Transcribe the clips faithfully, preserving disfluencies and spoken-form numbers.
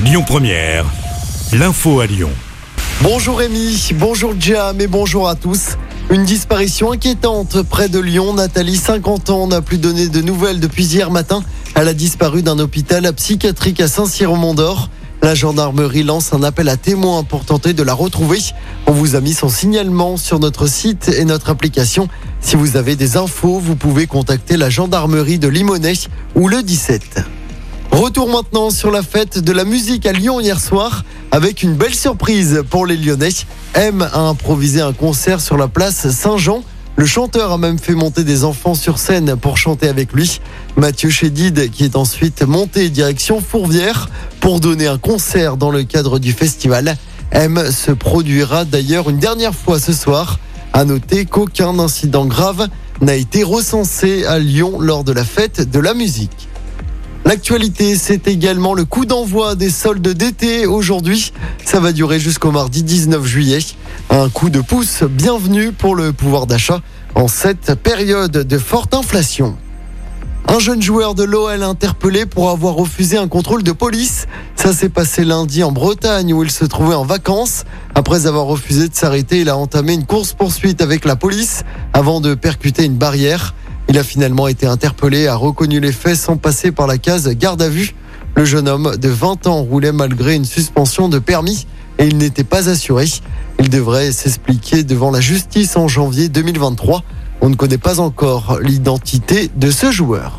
Lyon Première, l'info à Lyon. Bonjour Rémi, bonjour Jam et bonjour à tous. Une disparition inquiétante près de Lyon. Nathalie, cinquante ans, n'a plus donné de nouvelles depuis hier matin. Elle a disparu d'un hôpital psychiatrique à Saint-Cyr-au-Mont-d'Or. La gendarmerie lance un appel à témoins pour tenter de la retrouver. On vous a mis son signalement sur notre site et notre application. Si vous avez des infos, vous pouvez contacter la gendarmerie de Limonest ou le dix-sept. Retour maintenant sur la fête de la musique à Lyon hier soir avec une belle surprise pour les Lyonnais. M a improvisé un concert sur la place Saint-Jean. Le chanteur a même fait monter des enfants sur scène pour chanter avec lui. Mathieu Chédid qui est ensuite monté direction Fourvière pour donner un concert dans le cadre du festival. M se produira d'ailleurs une dernière fois ce soir. À noter qu'aucun incident grave n'a été recensé à Lyon lors de la fête de la musique. L'actualité, c'est également le coup d'envoi des soldes d'été aujourd'hui. Ça va durer jusqu'au mardi dix-neuf juillet. Un coup de pouce bienvenu pour le pouvoir d'achat en cette période de forte inflation. Un jeune joueur de l'O L interpellé pour avoir refusé un contrôle de police. Ça s'est passé lundi en Bretagne où il se trouvait en vacances. Après avoir refusé de s'arrêter, il a entamé une course-poursuite avec la police avant de percuter une barrière. Il a finalement été interpellé, a reconnu les faits sans passer par la case garde à vue. Le jeune homme de vingt ans roulait malgré une suspension de permis et il n'était pas assuré. Il devrait s'expliquer devant la justice en janvier deux mille vingt-trois. On ne connaît pas encore l'identité de ce joueur.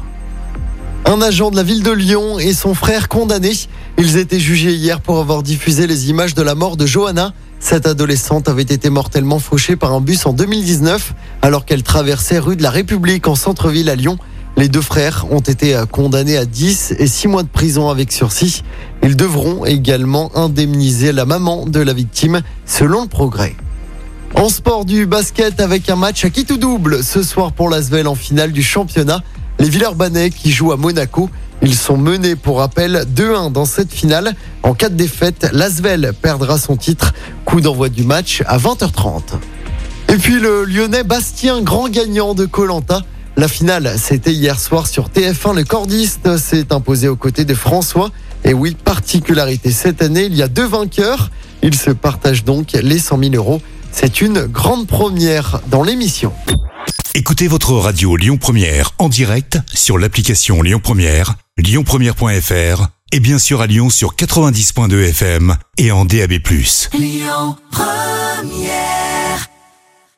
Un agent de la ville de Lyon et son frère condamnés. Ils étaient jugés hier pour avoir diffusé les images de la mort de Johanna. Cette adolescente avait été mortellement fauchée par un bus en deux mille dix-neuf alors qu'elle traversait rue de la République en centre-ville à Lyon. Les deux frères ont été condamnés à dix et six mois de prison avec sursis. Ils devront également indemniser la maman de la victime selon le Progrès. En sport, du basket avec un match à qui tout double ce soir pour l'Asvel en finale du championnat. Les Villeurbanais qui jouent à Monaco. Ils sont menés pour rappel deux un dans cette finale. En cas de défaite, l'Asvel perdra son titre. Coup d'envoi du match à vingt heures trente. Et puis le Lyonnais Bastien, grand gagnant de Koh-Lanta. La finale, c'était hier soir sur T F un. Le cordiste s'est imposé aux côtés de François. Et oui, particularité cette année, il y a deux vainqueurs. Ils se partagent donc les cent mille euros. C'est une grande première dans l'émission. Écoutez votre radio Lyon Première en direct sur l'application Lyon Première, lyon première point f r et bien sûr à Lyon sur quatre-vingt-dix virgule deux F M et en D A B plus. Lyon Première.